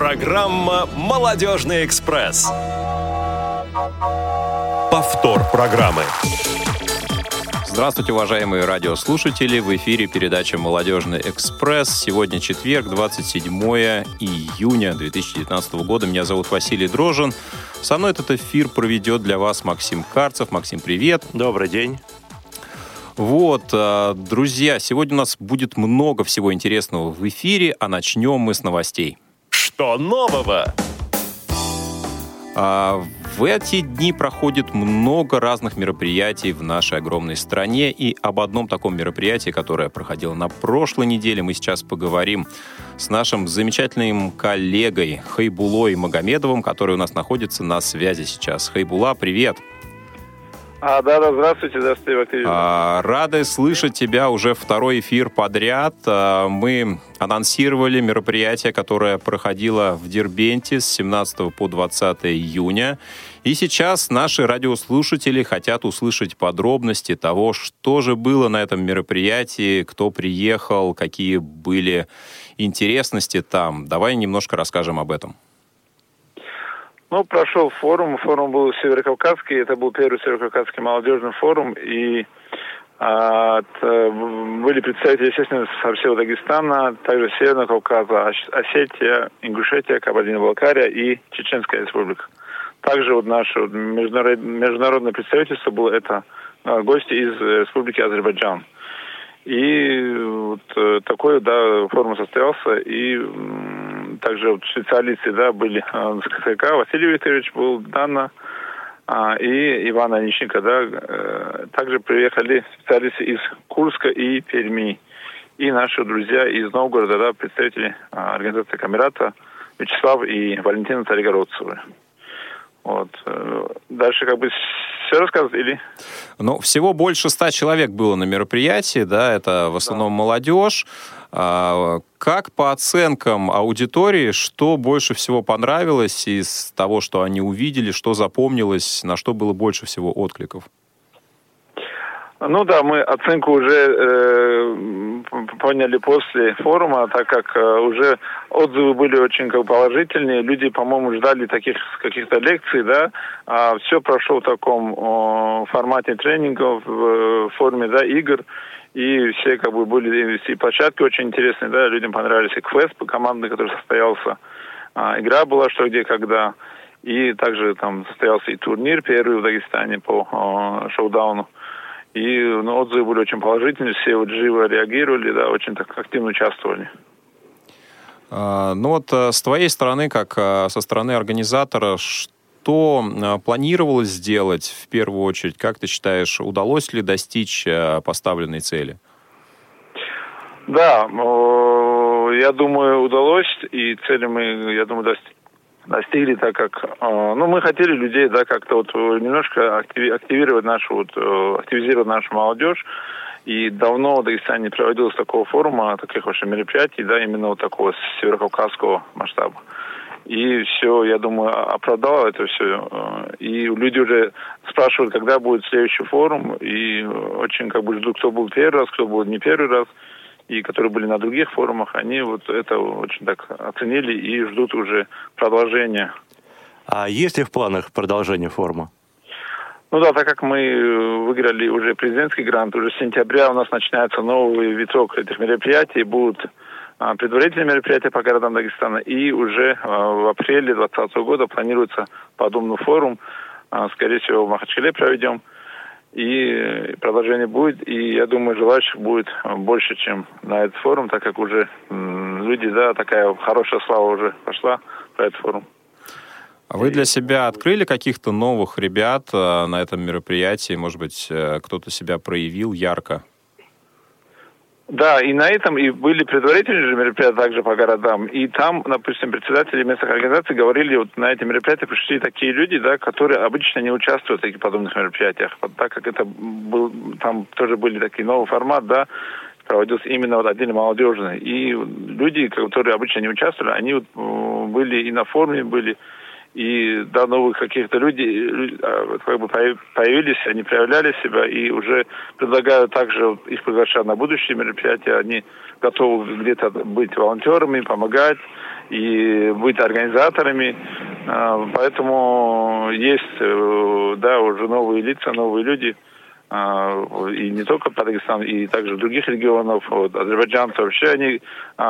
Программа «Молодежный экспресс». Повтор программы. Здравствуйте, уважаемые радиослушатели! В эфире передача «Молодежный экспресс». Сегодня четверг, 27 июня 2019 года. Меня зовут Василий Дрожжин. Со мной этот эфир проведет для вас Максим Карцев. Максим, привет! Добрый день! Вот, друзья, сегодня у нас будет много всего интересного в эфире, а начнем мы с новостей. Что нового? В эти дни проходит много разных мероприятий в нашей огромной стране, и об одном таком мероприятии, которое проходило на прошлой неделе, мы сейчас поговорим с нашим замечательным коллегой Хайбулой Магомедовым, который у нас находится на связи сейчас. Хайбула, привет! Да, здравствуйте, Василий. Рады слышать тебя уже второй эфир подряд. Мы анонсировали мероприятие, которое проходило в Дербенте с 17 по 20 июня. И сейчас наши радиослушатели хотят услышать подробности того, что же было на этом мероприятии, кто приехал, какие были интересности там. Давай немножко расскажем об этом. Прошел форум был Северокавказский, это был первый Северокавказский молодежный форум, и были представители, естественно, со всего Дагестана, также Северного Кавказа, Осетия, Ингушетия, Кабардино-Балкария и Чеченская республика. Также наше международное представительство было, это гости из республики Азербайджан. И такой, форум состоялся, и также специалисты, были СКК, Василий Викторович был, Дана и Иван Онищенко, также приехали специалисты из Курска и Перми, и наши друзья из Новгорода, представители организации Камерата Вячеслав и Валентина Царегородцевы. Дальше все рассказывать или? Всего больше 100 человек было на мероприятии, это в основном молодежь. Как по оценкам аудитории, что больше всего понравилось из того, что они увидели, что запомнилось, на что было больше всего откликов? Мы оценку уже поняли после форума, так как уже отзывы были очень положительные. Люди, по-моему, ждали таких каких-то лекций, все прошло в таком формате тренингов, в форме, игр. И все были, и площадки очень интересные, людям понравились и квест командный, который состоялся. Игра была «Что, где, когда». И также там состоялся и турнир первый в Дагестане по шоу-дауну. И отзывы были очень положительные, все живо реагировали, очень так активно участвовали. С твоей стороны, как со стороны организатора, что планировалось сделать в первую очередь? Как ты считаешь, удалось ли достичь поставленной цели? Да, я думаю, удалось, и цели мы, я думаю, достигли, так как, мы хотели людей, как-то немножко активизировать нашу молодежь, и давно в Дагестане не проводилось такого форума, таких вообще мероприятий, именно такого северокавказского масштаба. И все, я думаю, оправдало это все. И люди уже спрашивают, когда будет следующий форум, и очень ждут, кто был первый раз, кто был не первый раз, и которые были на других форумах, они это очень так оценили и ждут уже продолжения. А есть ли в планах продолжение форума? Так как мы выиграли уже президентский грант, уже с сентября у нас начинается новый виток этих мероприятий, будут предварительные мероприятия по городам Дагестана, и уже в апреле 2020 года планируется подобный форум, скорее всего, в Махачкале проведем. И продолжение будет, и я думаю, желающих будет больше, чем на этот форум, так как уже люди, такая хорошая слава уже пошла про этот форум. А вы для себя открыли каких-то новых ребят на этом мероприятии? Может быть, кто-то себя проявил ярко? Да, и на этом и были предварительные же мероприятия также по городам. И там, допустим, председатели местных организаций говорили, на эти мероприятия пришли такие люди, которые обычно не участвуют в таких подобных мероприятиях. Так как это был, там тоже были такие новый формат, проводился именно отдельно молодежный. И люди, которые обычно не участвовали, они были и на форуме были, И до новых каких-то людей как бы появились, они проявляли себя и уже предлагают также их приглашать на будущие мероприятия. Они готовы где-то быть волонтерами, помогать. и быть организаторами. Поэтому есть, да, уже новые лица, новые люди. И не только по Дагестану, и также других регионов, вот, азербайджанцы вообще, они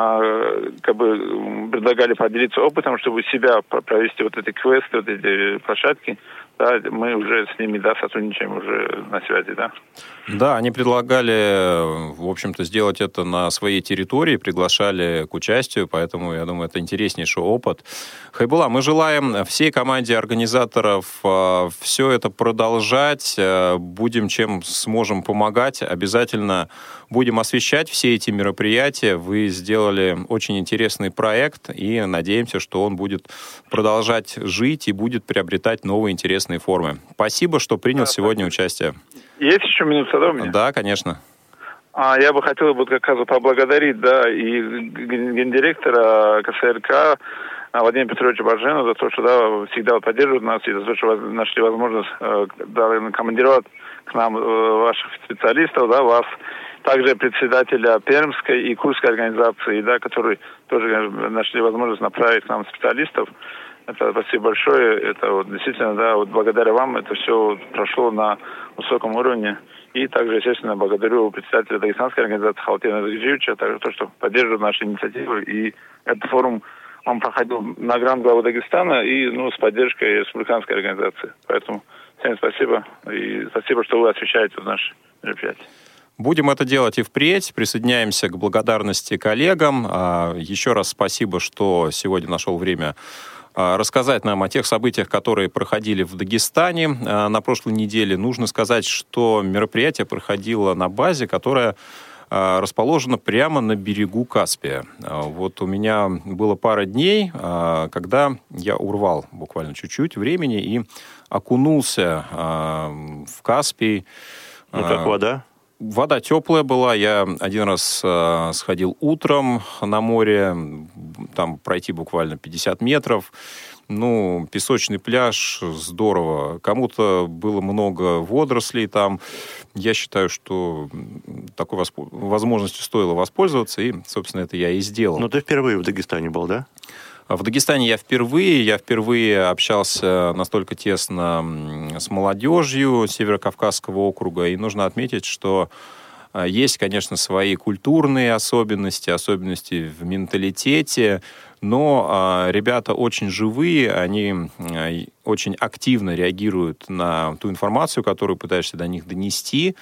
как бы предлагали поделиться опытом, чтобы себя провести вот эти квесты, вот эти площадки. Да, мы уже с ними, да, сотрудничаем уже на связи, да. Да, они предлагали, в общем-то, сделать это на своей территории, приглашали к участию, поэтому, я думаю, это интереснейший опыт. Хайбулла, мы желаем всей команде организаторов все это продолжать, будем чем сможем помогать, обязательно будем освещать все эти мероприятия. Вы сделали очень интересный проект, и надеемся, что он будет продолжать жить и будет приобретать новые интересные формы. Спасибо, что принял сегодня участие. Есть еще минута, да, у меня? Да, конечно. Я бы хотел как раз поблагодарить, да, и гендиректора КСРК Владимира Петровича Боржена за то, что, да, всегда поддерживают нас, и за то, что нашли возможность, да, командировать к нам ваших специалистов, да, вас, также председателя Пермской и Курской организации, да, которые тоже нашли возможность направить к нам специалистов. Это спасибо большое. Это вот действительно, да, вот благодаря вам это все прошло на высоком уровне. И также, естественно, благодарю председателя Дагестанской организации Халтена Загижевича, также то, что поддерживает наши инициативы. И этот форум, он проходил на гранд-главу Дагестана и, с поддержкой республиканской организации. Поэтому всем спасибо. И спасибо, что вы освещаете наши мероприятия. Будем это делать и впредь. Присоединяемся к благодарности коллегам. Еще раз спасибо, что сегодня нашел время рассказать нам о тех событиях, которые проходили в Дагестане на прошлой неделе. Нужно сказать, что мероприятие проходило на базе, которая расположена прямо на берегу Каспия. Вот у меня было пара дней, когда я урвал буквально чуть-чуть времени и окунулся в Каспий. Как вода? Вода теплая была. Я один раз сходил утром на море, там пройти буквально 50 метров. Песочный пляж, здорово. Кому-то было много водорослей там. Я считаю, что такой возможностью стоило воспользоваться, и, собственно, это я и сделал. Но ты впервые в Дагестане был, да? В Дагестане я впервые общался настолько тесно с молодежью Северокавказского округа, и нужно отметить, что есть, конечно, свои культурные особенности в менталитете, но ребята очень живые, они очень активно реагируют на ту информацию, которую пытаешься до них донести.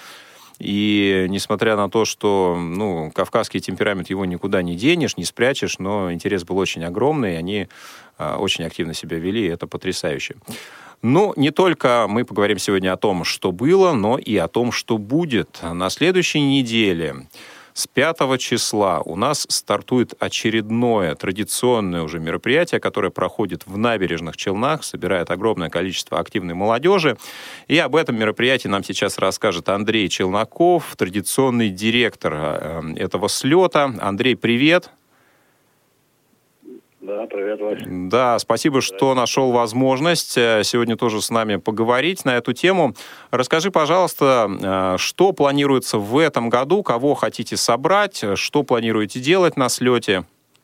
И несмотря на то, что, кавказский темперамент, его никуда не денешь, не спрячешь, но интерес был очень огромный, и они очень активно себя вели, и это потрясающе. Не только мы поговорим сегодня о том, что было, но и о том, что будет. На следующей неделе, с 5 числа, у нас стартует очередное традиционное уже мероприятие, которое проходит в Набережных Челнах, собирает огромное количество активной молодежи. И об этом мероприятии нам сейчас расскажет Андрей Челноков, традиционный директор этого слета. Андрей, привет! Да, привет, Вася. Да, спасибо, что нашел возможность сегодня тоже с нами поговорить на эту тему. Расскажи, пожалуйста, что планируется в этом году, кого хотите собрать, что планируете делать на слете?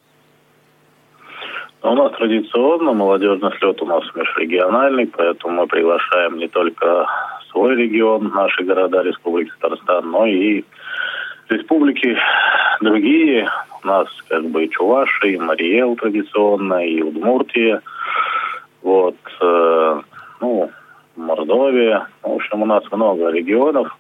У нас традиционно молодежный слет у нас межрегиональный, поэтому мы приглашаем не только свой регион, наши города Республики Татарстан, но и республики другие. У нас и Чувашия, и Мариэл традиционно, и Удмуртия, Мордовия. В общем, у нас много регионов.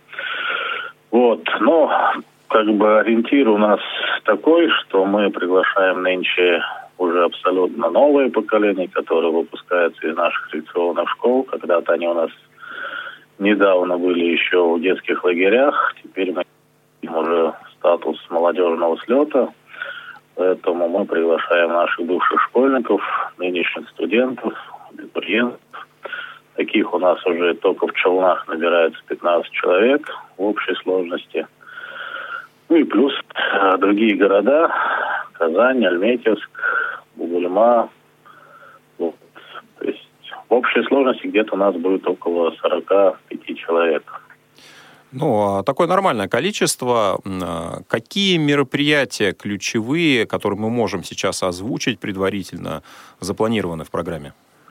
Но ориентир у нас такой, что мы приглашаем нынче уже абсолютно новое поколение, которое выпускается из наших традиционных школ. Когда-то они у нас недавно были еще в детских лагерях. Теперь мы имеем уже статус молодежного слета. Поэтому мы приглашаем наших бывших школьников, нынешних студентов, абитуриентов. Таких у нас уже только в Челнах набирается 15 человек в общей сложности. И плюс другие города: Казань, Альметьевск, Бугульма. То есть в общей сложности где-то у нас будет около 45 человек. Ну, такое нормальное количество. Какие мероприятия ключевые, которые мы можем сейчас озвучить предварительно, запланированы в программе?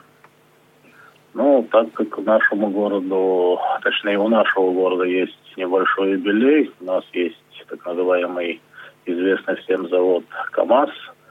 Ну, так как нашему городу, точнее, у нашего города есть небольшой юбилей, у нас есть так называемый известный всем завод КАМАЗ.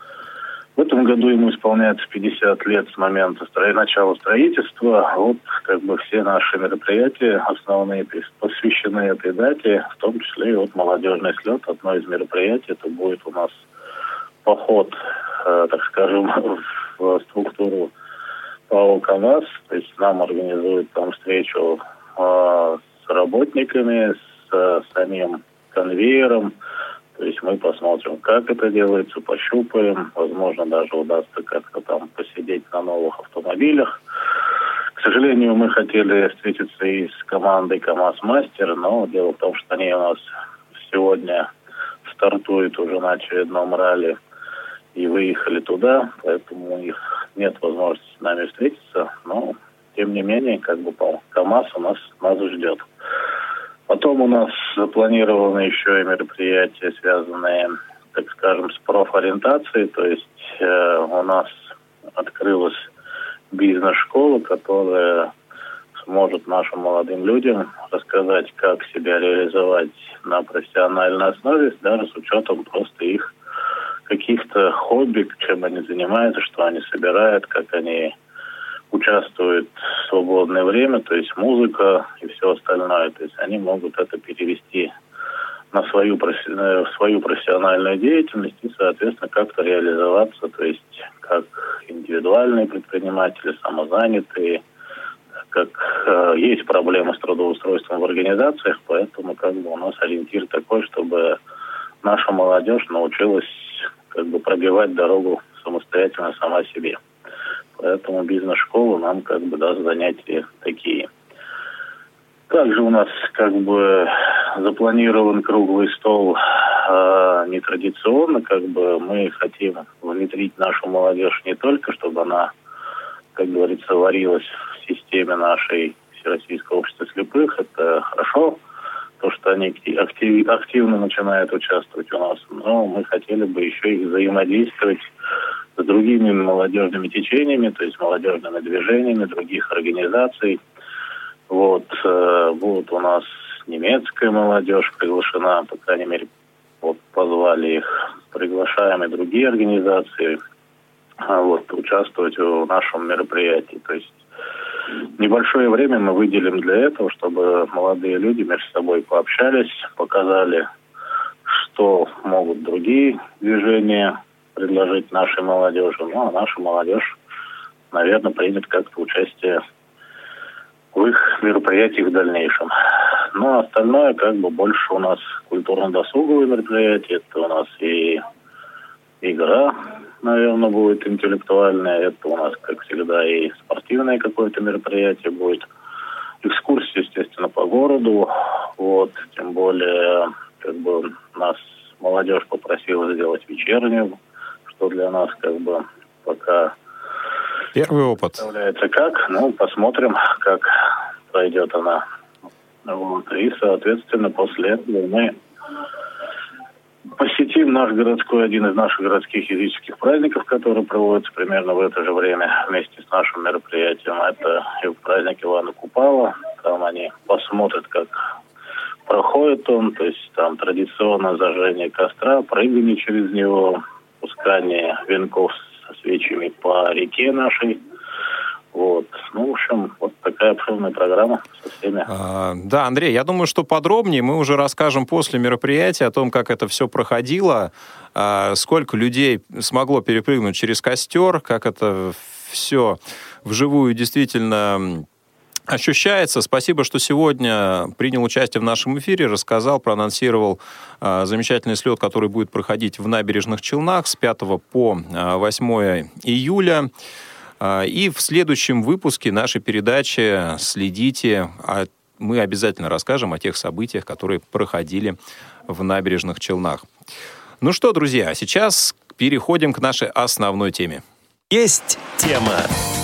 В этом году ему исполняется 50 лет с момента начала строительства. Вот как бы все наши мероприятия основные посвящены этой дате, в том числе и вот молодежный слет. Одно из мероприятий это будет у нас поход, так скажем, в структуру ПАО КАМАЗ. То есть нам организуют там встречу с работниками, с самим конвейером. То есть мы посмотрим, как это делается, пощупаем. Возможно, даже удастся как-то там посидеть на новых автомобилях. К сожалению, мы хотели встретиться и с командой КАМАЗ-Мастер, но дело в том, что они у нас сегодня стартуют уже на очередном ралли и выехали туда, поэтому у них нет возможности с нами встретиться. Но, тем не менее, как бы КАМАЗ у нас ждет. Потом у нас запланированы еще и мероприятия, связанные, так скажем, с профориентацией. То есть у нас открылась бизнес-школа, которая сможет нашим молодым людям рассказать, как себя реализовать на профессиональной основе, даже с учетом просто их каких-то хобби, чем они занимаются, что они собирают, как они участвуют в свободное время, то есть музыка и все остальное. То есть они могут это перевести на свою профессиональную деятельность и, соответственно, как-то реализоваться, то есть как индивидуальные предприниматели, самозанятые, как есть проблемы с трудоустройством в организациях, поэтому как бы у нас ориентир такой, чтобы наша молодежь научилась как бы пробивать дорогу самостоятельно сама себе. Поэтому бизнес-школа нам как бы даст занятия такие. Также у нас как бы запланирован круглый стол нетрадиционно. Как бы мы хотим внедрить нашу молодежь не только, чтобы она, как говорится, варилась в системе нашей Всероссийского общества слепых. Это хорошо, то, что они активно начинают участвовать у нас. Но мы хотели бы еще и взаимодействовать с другими молодежными течениями, то есть молодежными движениями других организаций. Вот, будут у нас немецкая молодежь приглашена, по крайней мере, вот, позвали их, приглашаем и другие организации вот, участвовать в нашем мероприятии. То есть небольшое время мы выделим для этого, чтобы молодые люди между собой пообщались, показали, что могут другие движения предложить нашей молодежи. Ну, а наша молодежь, наверное, примет как-то участие в их мероприятиях в дальнейшем. Ну, а остальное, как бы, больше у нас культурно-досуговые мероприятия. Это у нас и игра, наверное, будет интеллектуальная. Это у нас, как всегда, и спортивное какое-то мероприятие будет. Экскурсии, естественно, по городу. Вот, тем более, как бы, нас молодежь попросила сделать вечернюю, что для нас, как бы, пока первый опыт. Представляется как. Ну, посмотрим, как пройдет она. Вот. И, соответственно, после этого мы посетим наш городской, один из наших городских языческих праздников, который проводится примерно в это же время вместе с нашим мероприятием. Это праздник Ивана Купала. Там они посмотрят, как проходит он. То есть там традиционное зажжение костра, прыгание через него, пускание венков со свечами по реке нашей. Вот. Ну, в общем, вот такая обширная программа со всеми. Да, Андрей, я думаю, что подробнее мы уже расскажем после мероприятия о том, как это все проходило, сколько людей смогло перепрыгнуть через костер, как это все вживую действительно ощущается. Спасибо, что сегодня принял участие в нашем эфире, рассказал, проанонсировал замечательный слет, который будет проходить в Набережных Челнах с 5 по 8 июля. И в следующем выпуске нашей передачи следите. Мы обязательно расскажем о тех событиях, которые проходили в Набережных Челнах. Ну что, друзья, сейчас переходим к нашей основной теме. Есть тема.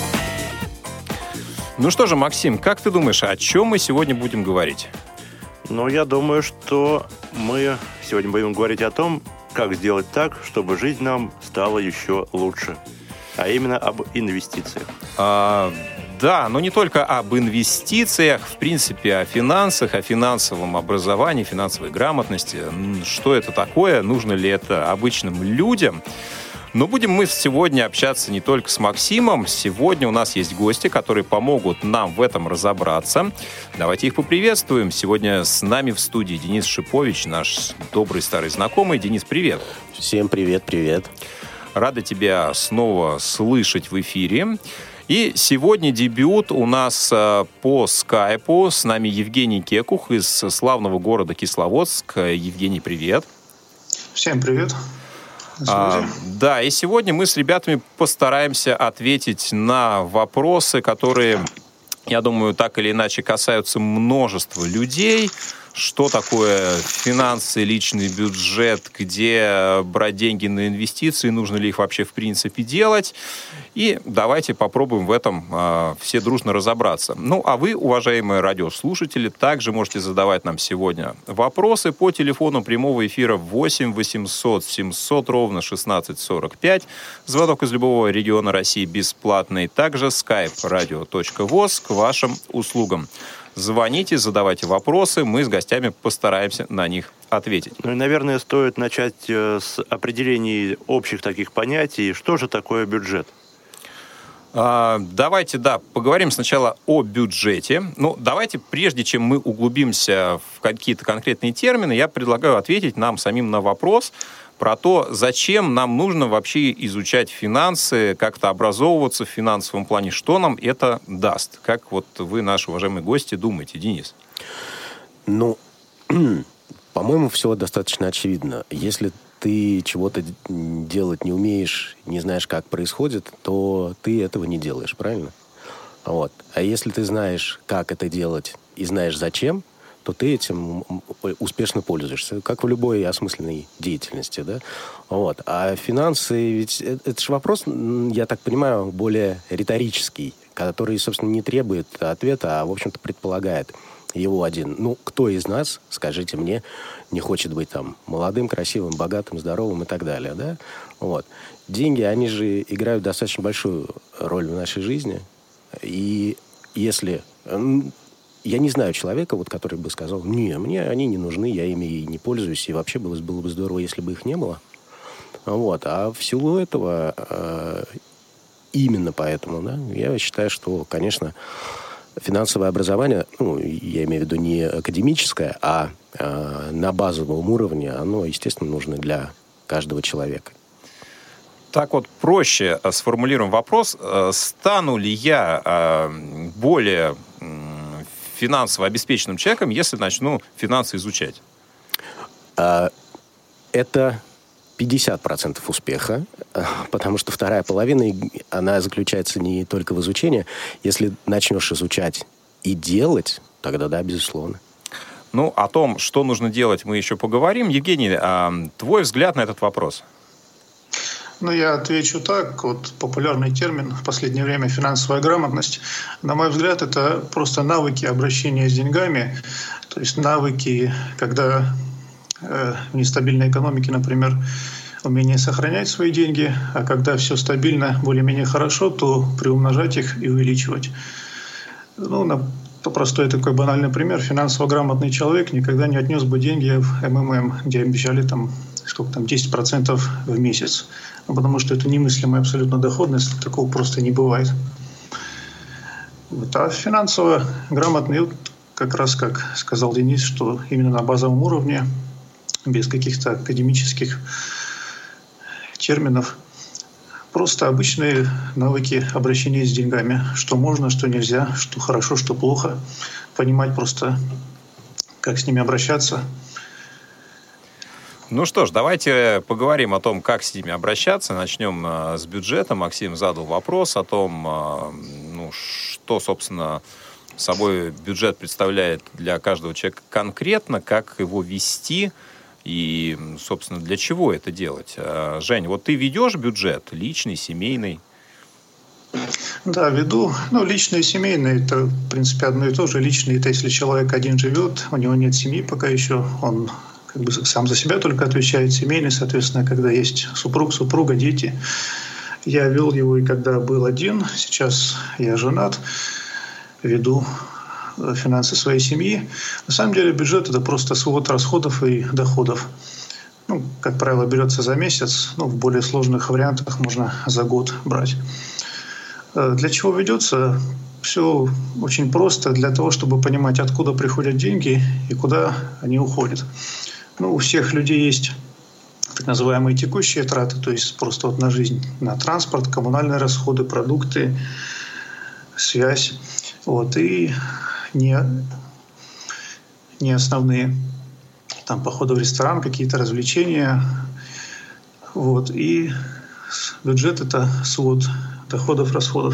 Ну что же, Максим, как ты думаешь, о чем мы сегодня будем говорить? Но я думаю, что мы сегодня будем говорить о том, как сделать так, чтобы жизнь нам стала еще лучше. А именно об инвестициях. Да, но не только об инвестициях, в принципе, о финансах, о финансовом образовании, финансовой грамотности. Что это такое? Нужно ли это обычным людям? Но будем мы сегодня общаться не только с Максимом. Сегодня у нас есть гости, которые помогут нам в этом разобраться. Давайте их поприветствуем. Сегодня с нами в студии Денис Шипович, наш добрый старый знакомый. Денис, привет. Всем привет. Рада тебя снова слышать в эфире. И сегодня дебют у нас по скайпу. С нами Евгений Кекух из славного города Кисловодск. Евгений, привет. Всем привет. Да, и сегодня мы с ребятами постараемся ответить на вопросы, которые, я думаю, так или иначе касаются множества людей. Что такое финансы, личный бюджет, где брать деньги на инвестиции, нужно ли их вообще в принципе делать. И давайте попробуем в этом все дружно разобраться. Ну, а вы, уважаемые радиослушатели, также можете задавать нам сегодня вопросы по телефону прямого эфира 8 800 700 ровно 1645. Звонок из любого региона России бесплатный. Также skype radio.voz к вашим услугам. Звоните, задавайте вопросы, мы с гостями постараемся на них ответить. Ну и, наверное, стоит начать с определений общих таких понятий. Что же такое бюджет? Давайте, поговорим сначала о бюджете. Ну, давайте, прежде чем мы углубимся в какие-то конкретные термины, я предлагаю ответить нам самим на вопрос про то, зачем нам нужно вообще изучать финансы, как-то образовываться в финансовом плане, что нам это даст. Как вот вы, наши уважаемые гости, думаете, Денис? Ну, по-моему, все достаточно очевидно. Если ты чего-то делать не умеешь, не знаешь, как происходит, то ты этого не делаешь, правильно? Вот. А если ты знаешь, как это делать и знаешь зачем, то ты этим успешно пользуешься, как в любой осмысленной деятельности, да? Вот. А финансы, ведь это же вопрос, я так понимаю, более риторический, который, собственно, не требует ответа, а, в общем-то, предполагает его один. Ну, кто из нас, скажите мне, не хочет быть там молодым, красивым, богатым, здоровым и так далее, да? Вот. Деньги, они же играют достаточно большую роль в нашей жизни. И если... Я не знаю человека, вот, который бы сказал, не, мне они не нужны, я ими и не пользуюсь, и вообще было бы здорово, если бы их не было. Вот. А в силу этого, именно поэтому, да, я считаю, что, конечно, финансовое образование, ну, я имею в виду не академическое, а на базовом уровне, оно, естественно, нужно для каждого человека. Так вот, проще сформулируем вопрос. Стану ли я более финансово обеспеченным человеком, если начну финансы изучать? Это 50% успеха, потому что вторая половина, она заключается не только в изучении. Если начнешь изучать и делать, тогда да, безусловно. Ну, о том, что нужно делать, мы еще поговорим. Евгений, твой взгляд на этот вопрос? Ну, я отвечу так. Вот популярный термин в последнее время — финансовая грамотность. На мой взгляд, это просто навыки обращения с деньгами. То есть навыки, когда в нестабильной экономике, например, умение сохранять свои деньги, а когда все стабильно, более-менее хорошо, то приумножать их и увеличивать. Ну, по простой такой банальный пример. Финансово грамотный человек никогда не отнес бы деньги в МММ, где обещали 10% в месяц. Потому что это немыслимая абсолютно доходность, такого просто не бывает. Вот. А финансово грамотный, как раз как сказал Денис, что именно на базовом уровне, без каких-то академических терминов, просто обычные навыки обращения с деньгами. Что можно, что нельзя, что хорошо, что плохо. Понимать просто, как с ними обращаться. Ну что ж, давайте поговорим о том, как с ними обращаться. Начнем с бюджета. Максим задал вопрос о том, что, собственно, собой бюджет представляет для каждого человека конкретно, как его вести и, собственно, для чего это делать. Жень, вот ты ведешь бюджет личный, семейный? Да, веду. Личные и семейные – это, в принципе, одно и то же. Личные – это если человек один живет, у него нет семьи пока еще, он как бы сам за себя только отвечает. Семейный, соответственно, когда есть супруг, супруга, дети. Я вел его и когда был один, сейчас я женат, веду финансы своей семьи. На самом деле бюджет – это просто свод расходов и доходов. Как правило, берется за месяц, в более сложных вариантах можно за год брать. Для чего ведется? Все очень просто, для того, чтобы понимать, откуда приходят деньги и куда они уходят. У всех людей есть так называемые текущие траты, то есть просто на жизнь, на транспорт, коммунальные расходы, продукты, связь. И не основные. Там походы в ресторан, какие-то развлечения. И бюджет – это свод доходов, расходов.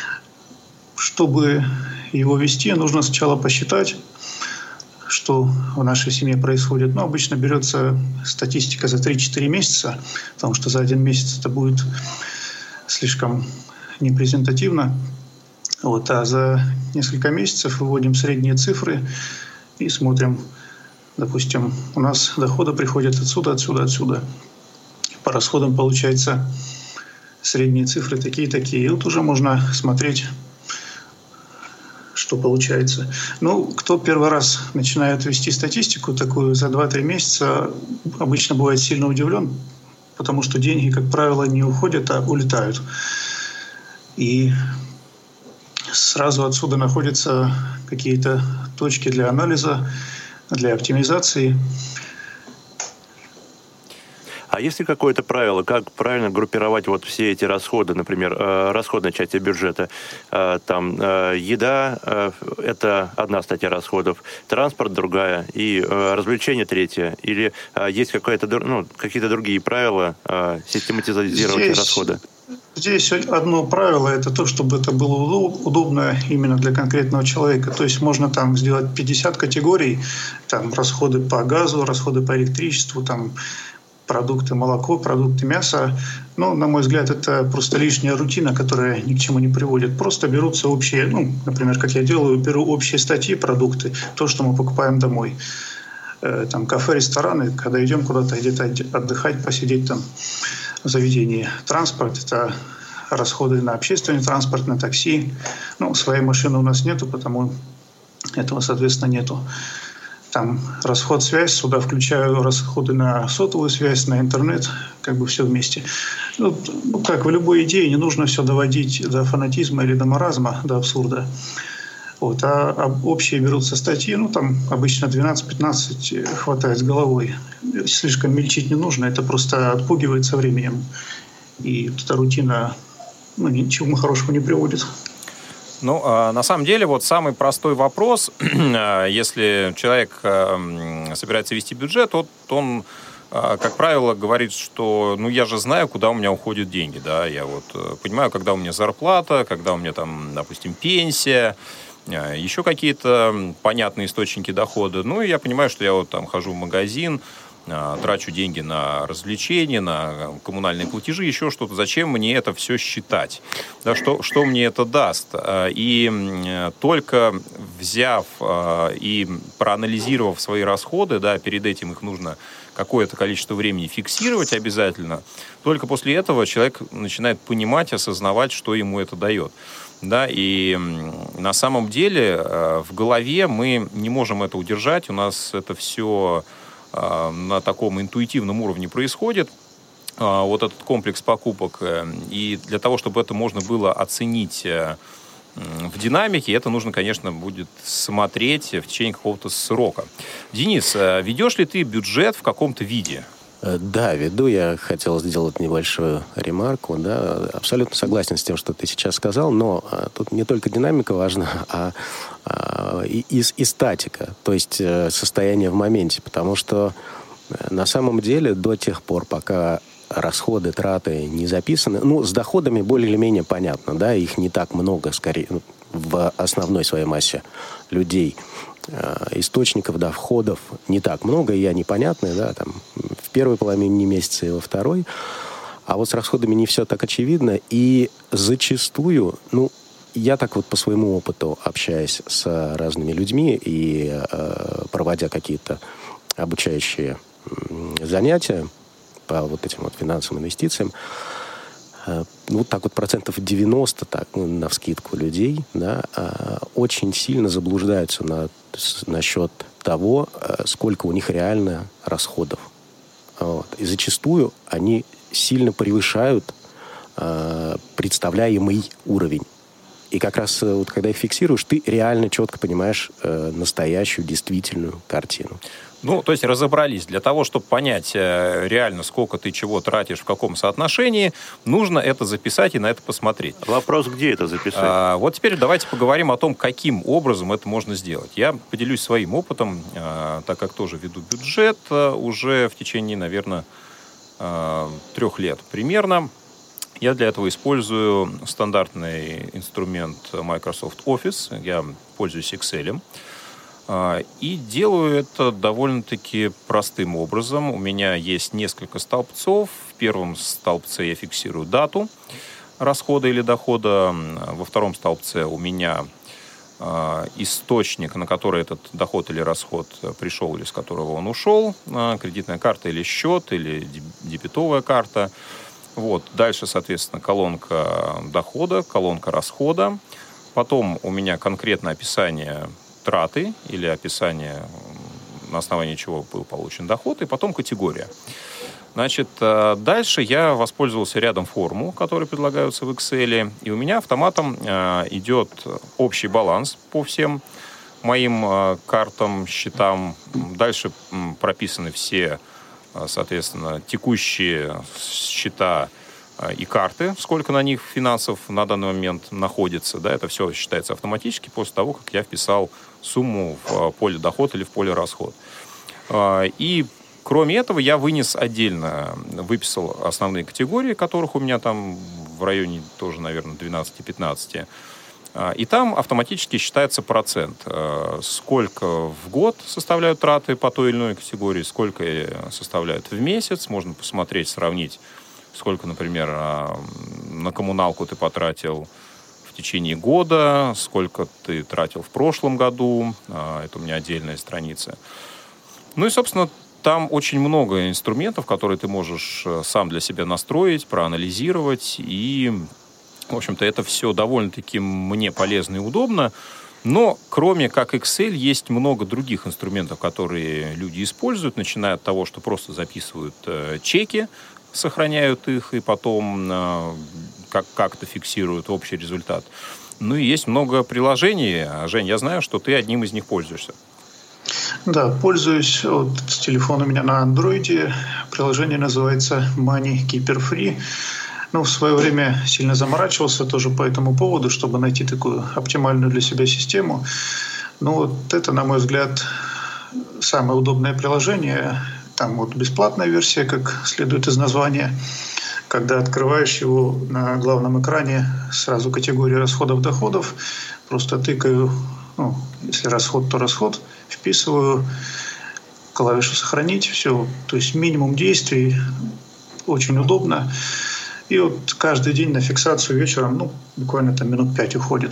Чтобы его вести, нужно сначала посчитать, что в нашей семье происходит. Обычно берется статистика за 3-4 месяца, потому что за один месяц это будет слишком непрезентативно. А за несколько месяцев выводим средние цифры и смотрим. Допустим, у нас доходы приходят отсюда, отсюда, отсюда. По расходам получается средние цифры такие-такие. И уже можно смотреть, что получается. Кто первый раз начинает вести статистику такую за 2-3 месяца, обычно бывает сильно удивлен, потому что деньги, как правило, не уходят, а улетают. И сразу отсюда находятся какие-то точки для анализа, для оптимизации. А есть ли какое-то правило, как правильно группировать все эти расходы, например, расходная часть бюджета? Еда – это одна статья расходов, транспорт – другая, и развлечения – третья. Или есть какие-то другие правила систематизировать расходы? Здесь одно правило – это то, чтобы это было удобно именно для конкретного человека. То есть можно сделать 50 категорий, расходы по газу, расходы по электричеству, продукты молоко, продукты мясо. На мой взгляд, это просто лишняя рутина, которая ни к чему не приводит. Просто берутся общие, например, как я делаю, беру общие статьи, продукты, то, что мы покупаем домой. Кафе, рестораны, когда идем куда-то где-то отдыхать, посидеть в заведении. Транспорт – это расходы на общественный транспорт, на такси. Своей машины у нас нету, потому этого, соответственно, нету. Расход связь, сюда включаю расходы на сотовую связь, на интернет, все вместе. Как в любой идее, не нужно все доводить до фанатизма или до маразма, до абсурда. А общие берутся статьи, обычно 12-15 хватает с головой. Слишком мельчить не нужно, это просто отпугивает со временем. И эта рутина ничего хорошего не приводит. На самом деле, самый простой вопрос, если человек собирается вести бюджет, он, как правило, говорит, что, я же знаю, куда у меня уходят деньги, да, я понимаю, когда у меня зарплата, когда у меня допустим, пенсия, еще какие-то понятные источники дохода. Я понимаю, что я хожу в магазин, трачу деньги на развлечения, на коммунальные платежи, еще что-то. Зачем мне это все считать? Да, что мне это даст? И только взяв и проанализировав свои расходы, да, перед этим их нужно какое-то количество времени фиксировать обязательно, только после этого человек начинает понимать, осознавать, что ему это дает. Да, и на самом деле в голове мы не можем это удержать, у нас это все на таком интуитивном уровне происходит, этот комплекс покупок. И для того, чтобы это можно было оценить в динамике, это нужно, конечно, будет смотреть в течение какого-то срока. Денис, ведешь ли ты бюджет в каком-то виде? Да, веду. Я хотел сделать небольшую ремарку. Да. Абсолютно согласен с тем, что ты сейчас сказал, но тут не только динамика важна, а и статика, то есть состояние в моменте. Потому что на самом деле до тех пор, пока расходы, траты не записаны, с доходами более или менее понятно, да, их не так много, скорее, в основной своей массе людей. Источников, да, входов не так много, и они понятные, да, в первой половине месяца и во второй. А с расходами не все так очевидно, и зачастую, я так вот по своему опыту, общаясь с разными людьми и проводя какие-то обучающие занятия по вот этим вот финансовым инвестициям, вот так вот 90% так, навскидку людей, да, очень сильно заблуждаются насчет того, сколько у них реально расходов. Вот. И зачастую они сильно превышают представляемый уровень. И как раз вот когда их фиксируешь, ты реально четко понимаешь настоящую, действительную картину. Ну, то есть разобрались. Для того, чтобы понять реально, сколько ты чего тратишь, в каком соотношении, нужно это записать и на это посмотреть. Вопрос, где это записать? Вот теперь давайте поговорим о том, каким образом это можно сделать. Я поделюсь своим опытом, так как тоже веду бюджет уже в течение, наверное, 3 лет примерно. Я для этого использую стандартный инструмент Microsoft Office. Я пользуюсь Excel. И делаю это довольно-таки простым образом. У меня есть несколько столбцов. В первом столбце я фиксирую дату расхода или дохода. Во втором столбце у меня источник, на который этот доход или расход пришел, или с которого он ушел. Кредитная карта или счет, или дебетовая карта. Вот. Дальше, соответственно, колонка дохода, колонка расхода. Потом у меня конкретное описание траты или описание, на основании чего был получен доход, и потом категория. Значит, дальше я воспользовался рядом формул, которые предлагаются в Excel, и у меня автоматом идет общий баланс по всем моим картам, счетам. Дальше прописаны все, соответственно, текущие счета и карты, сколько на них финансов на данный момент находится. Да, это все считается автоматически после того, как я вписал сумму в поле доход или в поле расход. И кроме этого я вынес отдельно, выписал основные категории, которых у меня там в районе тоже, наверное, 12-15. И там автоматически считается процент, сколько в год составляют траты по той или иной категории, сколько составляют в месяц. Можно посмотреть, сравнить, сколько, например, на коммуналку ты потратил в течение года, сколько ты тратил в прошлом году. Это у меня отдельная страница. Ну и, собственно, там очень много инструментов, которые ты можешь сам для себя настроить, проанализировать. И, в общем-то, это все довольно-таки мне полезно и удобно. Но кроме как Excel, есть много других инструментов, которые люди используют, начиная от того, что просто записывают чеки, сохраняют их и потом как-то фиксируют общий результат. Ну и есть много приложений. Жень, я знаю, что ты одним из них пользуешься. Да, пользуюсь. Вот телефон у меня на андроиде. Приложение называется Money Keeper Free. Ну, в свое время сильно заморачивался тоже по этому поводу, чтобы найти такую оптимальную для себя систему. Ну, вот это, на мой взгляд, самое удобное приложение. Там вот бесплатная версия, как следует из названия. Когда открываешь его на главном экране, сразу категория расходов-доходов. Просто тыкаю, если расход, то расход. Вписываю клавишу «Сохранить». Все. То есть минимум действий. Очень удобно. И вот каждый день на фиксацию вечером, буквально там минут 5 уходит.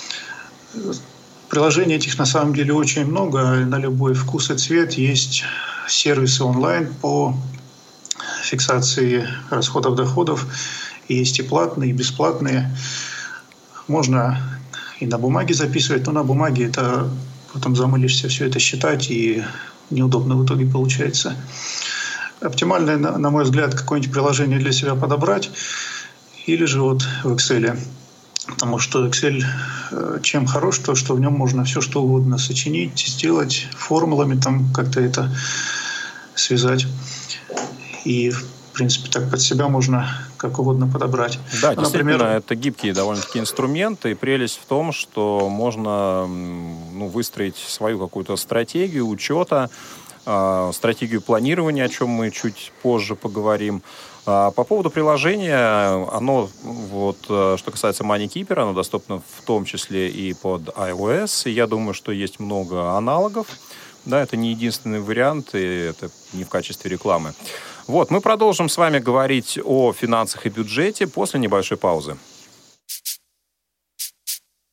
Приложений этих на самом деле очень много. На любой вкус и цвет есть сервисы онлайн по фиксации расходов-доходов. Есть и платные, и бесплатные. Можно и на бумаге записывать, но на бумаге это потом замылишься все это считать, и неудобно в итоге получается. Оптимальное, на мой взгляд, какое-нибудь приложение для себя подобрать, или же вот в Excel. Потому что Excel чем хорош, то что в нем можно все что угодно сочинить, сделать, формулами там как-то это связать. И, в принципе, так под себя можно как угодно подобрать. Да, действительно, это гибкие довольно-таки инструменты. И прелесть в том, что можно выстроить свою какую-то стратегию учета, стратегию планирования, о чем мы чуть позже поговорим. По поводу приложения, оно, что касается Money Keeper, оно доступно в том числе и под iOS. И я думаю, что есть много аналогов. Да, это не единственный вариант, и это не в качестве рекламы. Мы продолжим с вами говорить о финансах и бюджете после небольшой паузы.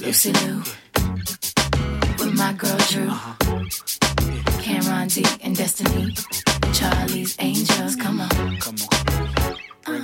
Lucy Lou, with my girl Drew, Cameron D and Destiny, Charlie's Angels, come on. Bring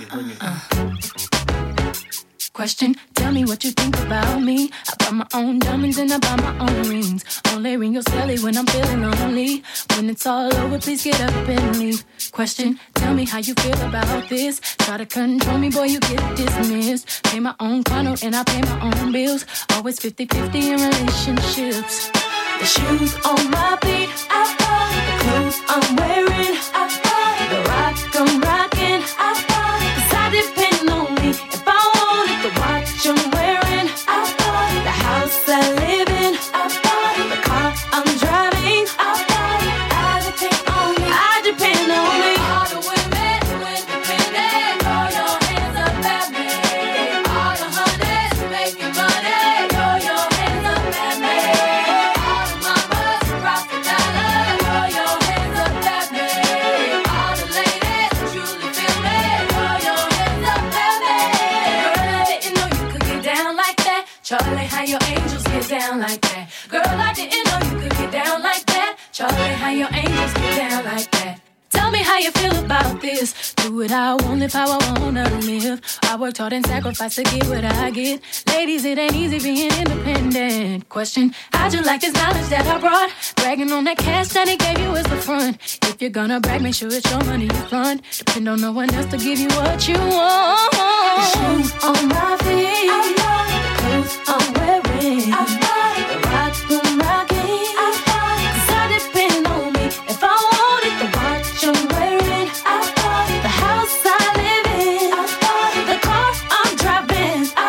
it. Question, tell me what you think about me. I buy my own diamonds and I buy my own rings. Only ring your celly when I'm feeling lonely. When it's all over, please get up and leave. Question, tell me how you feel about this. Try to control me, boy, you get dismissed. Pay my own condo and I pay my own bills. Always 50-50 in relationships. The shoes on my feet, I buy. The clothes I'm wearing, I buy. The rock I'm rocking, I buy. 'Cause I depend on me. If I wanted the watch I'm wearing, I buy. The house I live in, I buy. The car I'm driving, I buy. I depend on me. I depend on me. All the women who independent, throw your hands up at me. All the hunters making money, throw your hands up at me. All the mamas who rock the dollar, throw your hands up at me. All the ladies who truly feel me, throw your hands up at me. Girl, I didn't know you could get down like that. Charlie, how your angels get down like that. Girl, I didn't know you could get down like that. Charlie, how your angels get down like that. Tell me how you feel about this. Do it how I want, live how I wanna live. I worked hard and sacrificed to get what I get. Ladies, it ain't easy being independent. Question, how'd you like this knowledge that I brought? Bragging on that cash that he gave you is the front. If you're gonna brag, make sure it's your money you fund. Depend on no one else to give you what you want. The shoes on my feet, the clothes I'm wearing, the rock I'm rocking, 'cause I depend on me. If I wanted the watch I'm wearing, the house I live in, the car I'm driving, I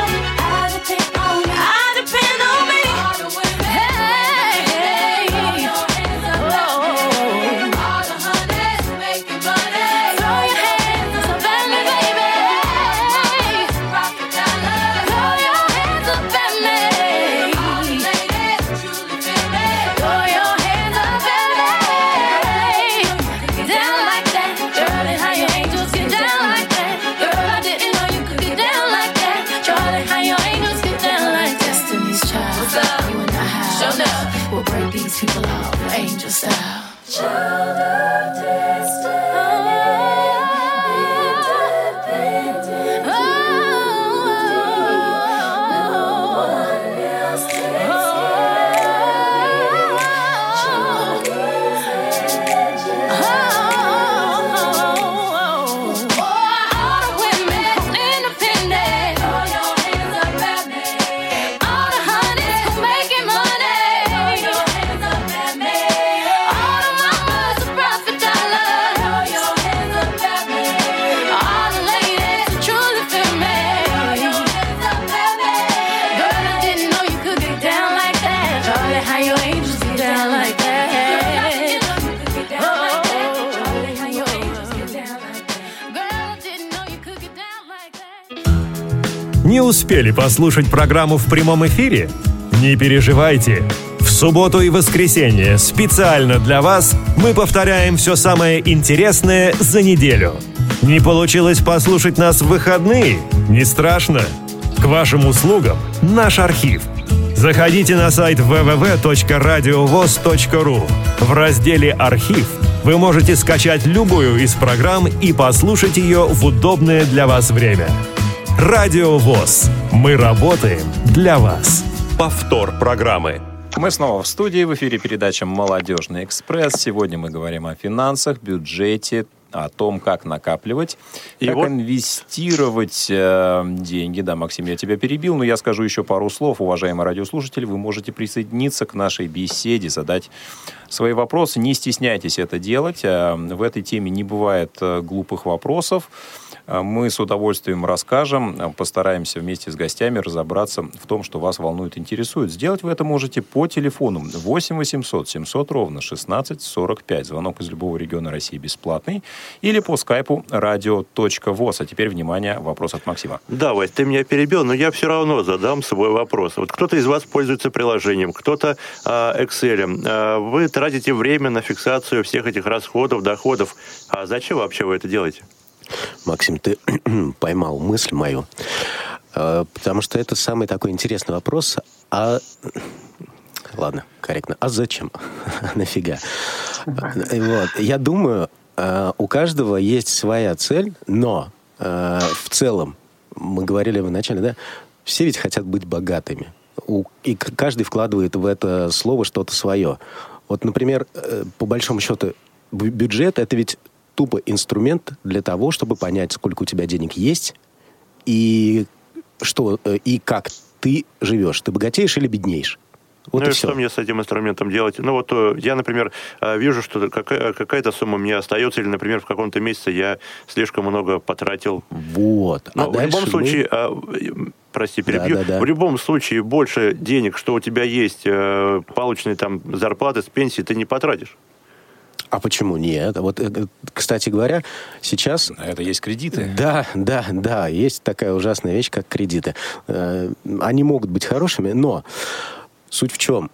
depend on me. I depend on me. All the women, hey, throw your hands up at me. All the hunters making money, throw your hands up at me, baby. Rock the dollar, throw your hands up at me. All the ladies who truly feel me, throw your hands up at me. Get down like that. Charlie, how your angels get down like that. Girl, I didn't know you could get down like that. Charlie, how your angels get down like that. Destiny's Child, what's up? You and I have. Show up. We'll break these people off, angel style. Child of destiny, independent. No one else takes all the women independent, throw your hands up at me. All the hunters who making money, throw your hands up at me. All the mamas who profit dollar, throw your hands up at me. All the ladies who truly feel me, throw your hands up at me. Girl, I didn't know you could get down like that. Charlie, how your angels get down like that. Charlie, how your angels get down like that. Girl, I didn't know you could get down like that. Не успели послушать программу в прямом эфире? Не переживайте. В субботу и воскресенье специально для вас мы повторяем все самое интересное за неделю. Не получилось послушать нас в выходные? Не страшно. К вашим услугам наш архив. Заходите на сайт www.radiovoz.ru. В разделе «Архив» вы можете скачать любую из программ и послушать ее в удобное для вас время. Радио ВОС. Мы работаем для вас. Повтор программы. Мы снова в студии, в эфире передача «Молодежный экспресс». Сегодня мы говорим о финансах, бюджете, о том, как накапливать, как инвестировать деньги. Да, Максим, я тебя перебил, но я скажу еще пару слов. Уважаемые радиослушатели, вы можете присоединиться к нашей беседе, задать свои вопросы. Не стесняйтесь это делать. В этой теме не бывает глупых вопросов. Мы с удовольствием расскажем, постараемся вместе с гостями разобраться в том, что вас волнует, интересует. Сделать вы это можете по телефону 8 800 700 ровно 16 45. Звонок из любого региона России бесплатный. Или по скайпу radio.voz. А теперь, внимание, вопрос от Максима. Да, Вась, ты меня перебил, но я все равно задам свой вопрос. Вот кто-то из вас пользуется приложением, кто-то Excel. Вы тратите время на фиксацию всех этих расходов, доходов. А зачем вообще вы это делаете? Максим, ты поймал мысль мою. Потому что это самый такой интересный вопрос. Ладно, корректно. А зачем? Нафига? Вот. Я думаю, у каждого есть своя цель, но в целом, мы говорили вначале, да, все ведь хотят быть богатыми. И каждый вкладывает в это слово что-то свое. Вот, например, по большому счету, бюджет — это ведь тупо инструмент для того, чтобы понять, сколько у тебя денег есть и как ты живешь. Ты богатеешь или беднеешь? Вот и что мне с этим инструментом делать? Я, например, вижу, что какая-то сумма мне остается, или, например, в каком-то месяце я слишком много потратил. Вот. Но в любом случае, прости, перебью, в любом случае больше денег, что у тебя есть, полученные там зарплаты с пенсии, ты не потратишь. А почему нет? Вот, кстати говоря, сейчас... Это есть кредиты. Да, есть такая ужасная вещь, как кредиты. Они могут быть хорошими, но суть в чем?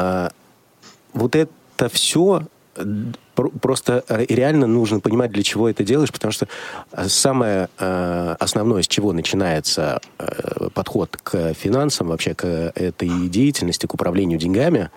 Вот это все просто реально нужно понимать, для чего это делаешь, потому что самое основное, с чего начинается подход к финансам, вообще к этой деятельности, к управлению деньгами,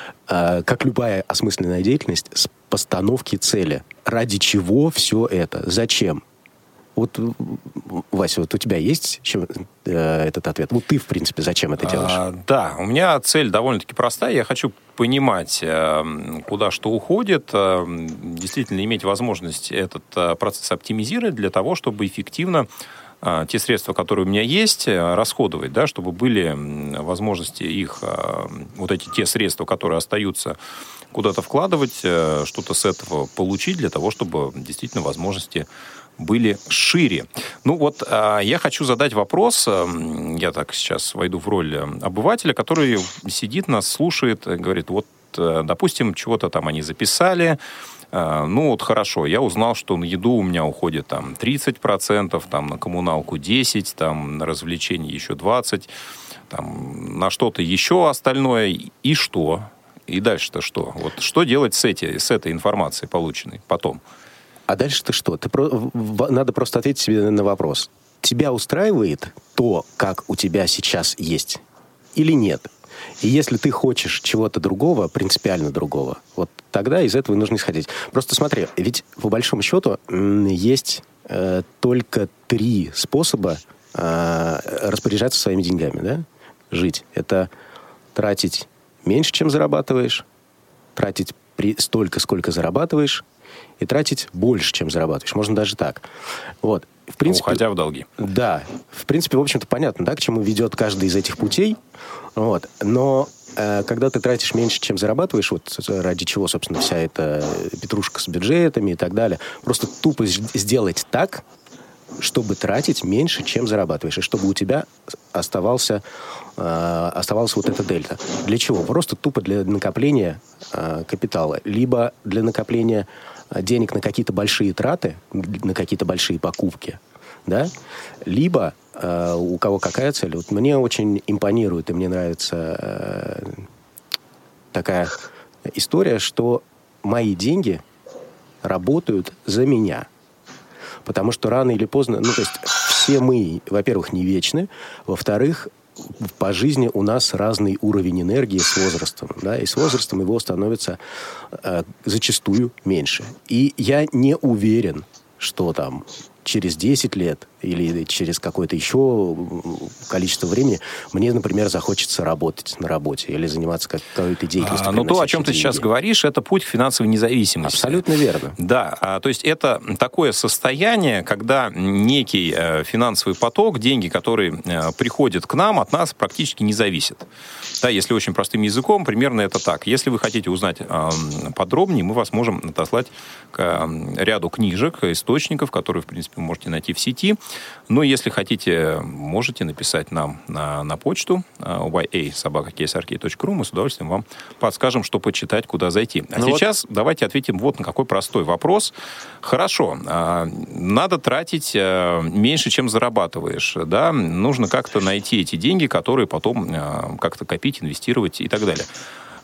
как любая осмысленная деятельность, с постановки цели. Ради чего все это? Зачем? Вот, Вася, вот у тебя есть этот ответ? Вот ты, в принципе, зачем это делаешь? Да, у меня цель довольно-таки простая. Я хочу понимать, куда что уходит, действительно иметь возможность этот процесс оптимизировать для того, чтобы эффективно те средства, которые у меня есть, расходовать, да, чтобы были возможности их, вот эти те средства, которые остаются, куда-то вкладывать, что-то с этого получить для того, чтобы действительно возможности были шире. Ну вот, я хочу задать вопрос, я так сейчас войду в роль обывателя, который сидит, нас слушает, говорит, вот, допустим, чего-то там они записали, ну вот хорошо, я узнал, что на еду у меня уходит там 30%, там на коммуналку 10%, там на развлечения еще 20%, там на что-то еще остальное, и что? И дальше-то что? Вот что делать с этой информацией, полученной потом? А дальше-то что? Надо просто ответить себе на вопрос. Тебя устраивает то, как у тебя сейчас есть? Или нет? И если ты хочешь чего-то другого, принципиально другого, вот тогда из этого нужно исходить. Просто смотри, ведь по большому счету есть только 3 способа распоряжаться своими деньгами, да? Жить. Это тратить меньше, чем зарабатываешь, тратить столько, сколько зарабатываешь, и тратить больше, чем зарабатываешь. Можно даже так. Вот. В принципе, уходя в долги. Да. В принципе, в общем-то, понятно, да, к чему ведет каждый из этих путей. Вот. Но когда ты тратишь меньше, чем зарабатываешь, вот ради чего, собственно, вся эта петрушка с бюджетами и так далее, просто тупо сделать так, чтобы тратить меньше, чем зарабатываешь, и чтобы у тебя оставалась вот эта дельта. Для чего? Просто тупо для накопления капитала, либо для накопления денег на какие-то большие траты, на какие-то большие покупки, да? Либо у кого какая цель. Вот мне очень импонирует и мне нравится такая история, что мои деньги работают за меня. Потому что рано или поздно, то есть все мы, во-первых, не вечны, во-вторых, по жизни у нас разный уровень энергии с возрастом, да, и с возрастом его становится зачастую меньше. И я не уверен, что там через 10 лет или через какое-то еще количество времени мне, например, захочется работать на работе или заниматься какой-то деятельностью. Но то, о чем ты сейчас говоришь, это путь к финансовой независимости. Абсолютно верно. Да, то есть это такое состояние, когда некий финансовый поток, деньги, которые приходят к нам, от нас практически не зависят. Да, если очень простым языком, примерно это так. Если вы хотите узнать подробнее, мы вас можем отослать к ряду книжек, источников, которые, в принципе, вы можете найти в сети. Но если хотите, можете написать нам на почту ya@ksrk.ru. Мы с удовольствием вам подскажем, что почитать, куда зайти. А сейчас давайте ответим вот на какой простой вопрос. Хорошо, надо тратить меньше, чем зарабатываешь. Да? Нужно как-то найти эти деньги, которые потом как-то копить, инвестировать и так далее.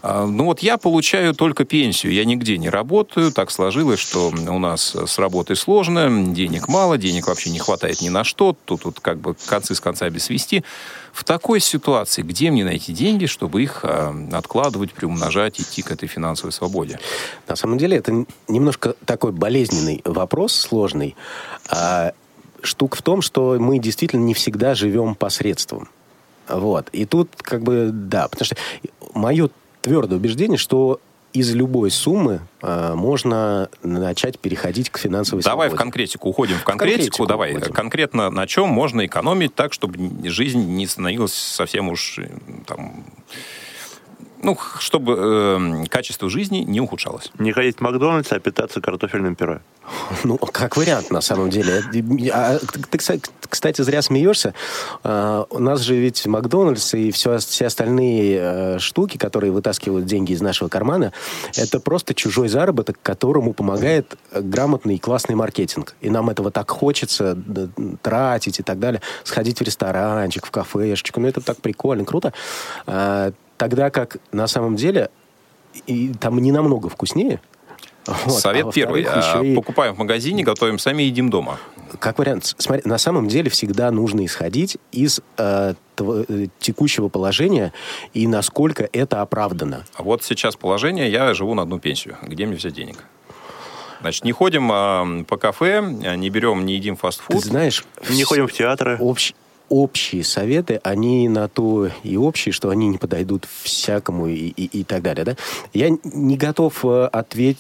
Ну вот я получаю только пенсию, я нигде не работаю, так сложилось, что у нас с работой сложно, денег мало, денег вообще не хватает ни на что, тут как бы концы с концами свести. В такой ситуации где мне найти деньги, чтобы их откладывать, приумножать, идти к этой финансовой свободе? На самом деле это немножко такой болезненный вопрос, сложный. Штука в том, что мы действительно не всегда живем посредством. Вот. И тут как бы, да, потому что мое твердое убеждение, что из любой суммы можно начать переходить к финансовой свободе. Давай в конкретику, уходим в конкретику. Давай уходим. Конкретно на чем можно экономить так, чтобы жизнь не становилась совсем уж там... Ну, чтобы качество жизни не ухудшалось. Не ходить в Макдональдс, а питаться картофельным пюре. Ну, как вариант, на самом деле. Ты, кстати, зря смеешься. У нас же ведь Макдональдс и все остальные штуки, которые вытаскивают деньги из нашего кармана, это просто чужой заработок, которому помогает грамотный и классный маркетинг. И нам этого так хочется тратить и так далее. Сходить в ресторанчик, в кафешечку. Ну, это так прикольно, круто. Тогда как на самом деле и там не намного вкуснее. Вот. Совет первый. Покупаем в магазине, готовим сами, едим дома. Как вариант. Смотри, на самом деле всегда нужно исходить из текущего положения и насколько это оправдано. А вот сейчас положение, я живу на одну пенсию. Где мне взять денег? Значит, не ходим по кафе, не берем, не едим фастфуд. Ты знаешь... Не ходим в театры. Общие советы, они на то и общие, что они не подойдут всякому и так далее. Да? Я не готов ответить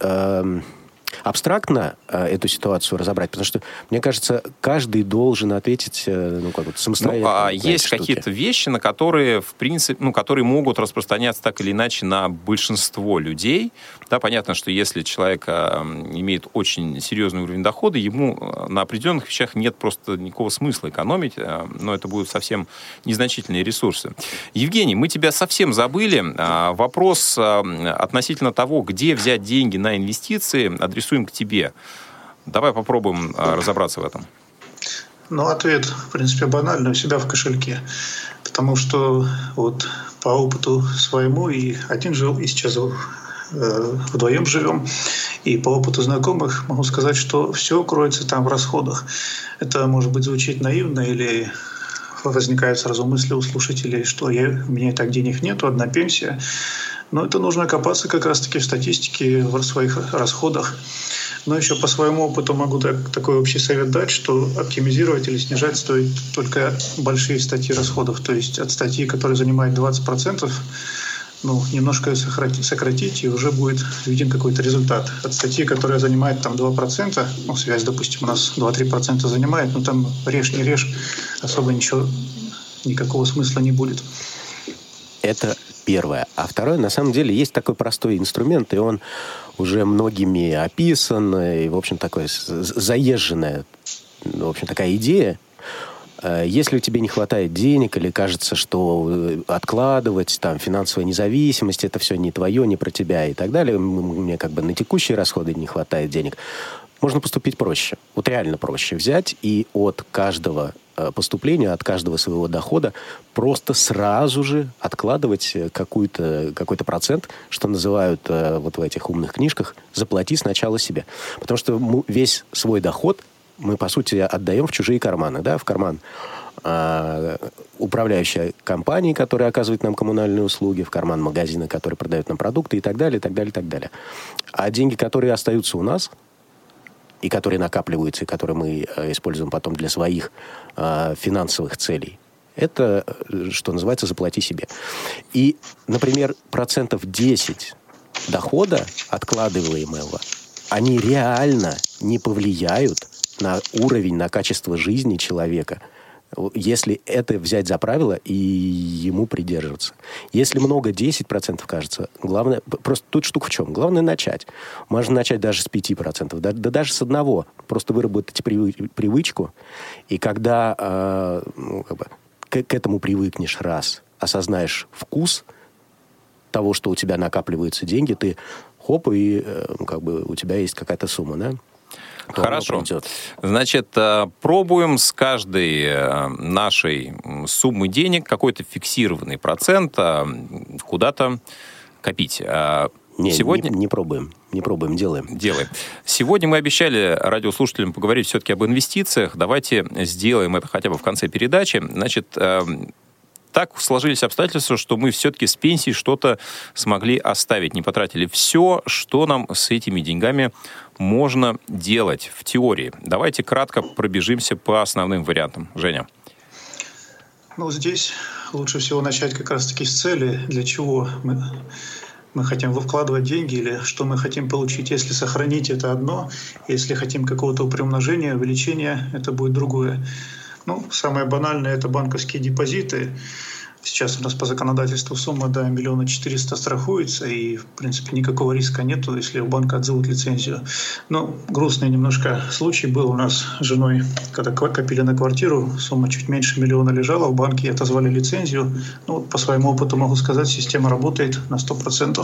абстрактно эту ситуацию разобрать, потому что, мне кажется, каждый должен ответить самостоятельно. Есть какие-то вещи, на которые, в принципе, которые могут распространяться так или иначе на большинство людей. Да, понятно, что если человек имеет очень серьезный уровень дохода, ему на определенных вещах нет просто никакого смысла экономить, но это будут совсем незначительные ресурсы. Евгений, мы тебя совсем забыли. Вопрос относительно того, где взять деньги на инвестиции, адресуем к тебе. Давай попробуем разобраться в этом. Ну, ответ, в принципе, банальный, у себя в кошельке. Потому что вот по опыту своему и один жил, и сейчас вдвоем живем. И по опыту знакомых могу сказать, что все кроется там в расходах. Это, может быть, звучит наивно или возникает сразу мысли у слушателей, что у меня и так денег нету, одна пенсия. Но это нужно копаться как раз-таки в статистике, в своих расходах. Но еще по своему опыту могу такой общий совет дать, что оптимизировать или снижать стоит только большие статьи расходов. То есть от статьи, которая занимает 20%, немножко сократить, и уже будет виден какой-то результат. От статьи, которая занимает там 2%, связь, допустим, у нас 2-3% занимает, но там режь, не режь, особо никакого смысла не будет. Это первое. А второе, на самом деле, есть такой простой инструмент, и он уже многими описан, и, в общем, такая заезженная, в общем, такая идея. Если тебе не хватает денег или кажется, что откладывать, там, финансовая независимость, это все не твое, не про тебя и так далее, мне как бы на текущие расходы не хватает денег, можно поступить проще. Вот реально проще взять и от каждого поступления, от каждого своего дохода просто сразу же откладывать какой-то процент, что называют вот в этих умных книжках, заплати сначала себе. Потому что весь свой доход мы, по сути, отдаем в чужие карманы, да, в карман управляющей компании, которая оказывает нам коммунальные услуги, в карман магазина, который продает нам продукты и так далее, и так далее, и так далее. А деньги, которые остаются у нас, и которые накапливаются, и которые мы используем потом для своих финансовых целей, это, что называется, заплати себе. И, например, 10% дохода, откладываемого, они реально не повлияют на уровень, на качество жизни человека, если это взять за правило и ему придерживаться. Если много, 10% кажется, главное, просто тут штука в чем? Главное начать. Можно начать даже с 5%, да даже с 1%. Просто выработать привычку, и когда к этому привыкнешь раз, осознаешь вкус того, что у тебя накапливаются деньги, ты хоп, и у тебя есть какая-то сумма, да? Хорошо. Значит, пробуем с каждой нашей суммы денег какой-то фиксированный процент куда-то копить. Сегодня не пробуем, делаем. Сегодня мы обещали радиослушателям поговорить все-таки об инвестициях. Давайте сделаем это хотя бы в конце передачи. Значит, так сложились обстоятельства, что мы все-таки с пенсии что-то смогли оставить, не потратили все, что нам с этими деньгами можно делать в теории. Давайте кратко пробежимся по основным вариантам. Женя. Здесь лучше всего начать как раз-таки с цели, для чего мы хотим вкладывать деньги или что мы хотим получить. Если сохранить, это одно. Если хотим какого-то приумножения, увеличения, это будет другое. Самое банальное – это банковские депозиты. Сейчас у нас по законодательству сумма до 1 400 000 страхуется, и, в принципе, никакого риска нету, если у банка отзовут лицензию. Грустный немножко случай был у нас с женой, когда копили на квартиру, сумма чуть меньше 1 000 000 лежала в банке, и отозвали лицензию. По своему опыту могу сказать, система работает на 100%.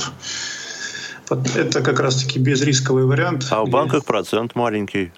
Это как раз-таки безрисковый вариант. А в банках процент маленький.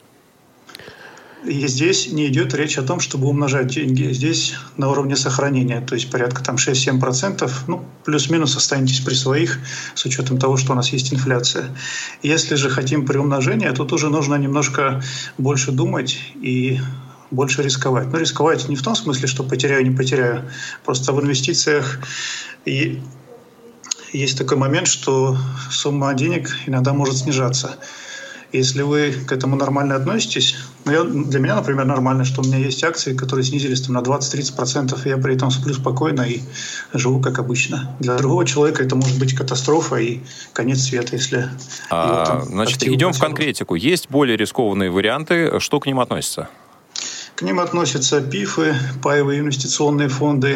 И здесь не идет речь о том, чтобы умножать деньги. Здесь на уровне сохранения, то есть порядка 6-7%. Плюс-минус останетесь при своих, с учетом того, что у нас есть инфляция. Если же хотим приумножения, то тоже нужно немножко больше думать и больше рисковать. Рисковать не в том смысле, что потеряю, не потеряю. Просто в инвестициях и есть такой момент, что сумма денег иногда может снижаться. Если вы к этому нормально относитесь, для меня, например, нормально, что у меня есть акции, которые снизились на 20-30%, и я при этом сплю спокойно и живу как обычно. Для другого человека это может быть катастрофа и конец света, если... Значит, идем в конкретику. Есть более рискованные варианты. Что к ним относится? К ним относятся ПИФы, паевые инвестиционные фонды.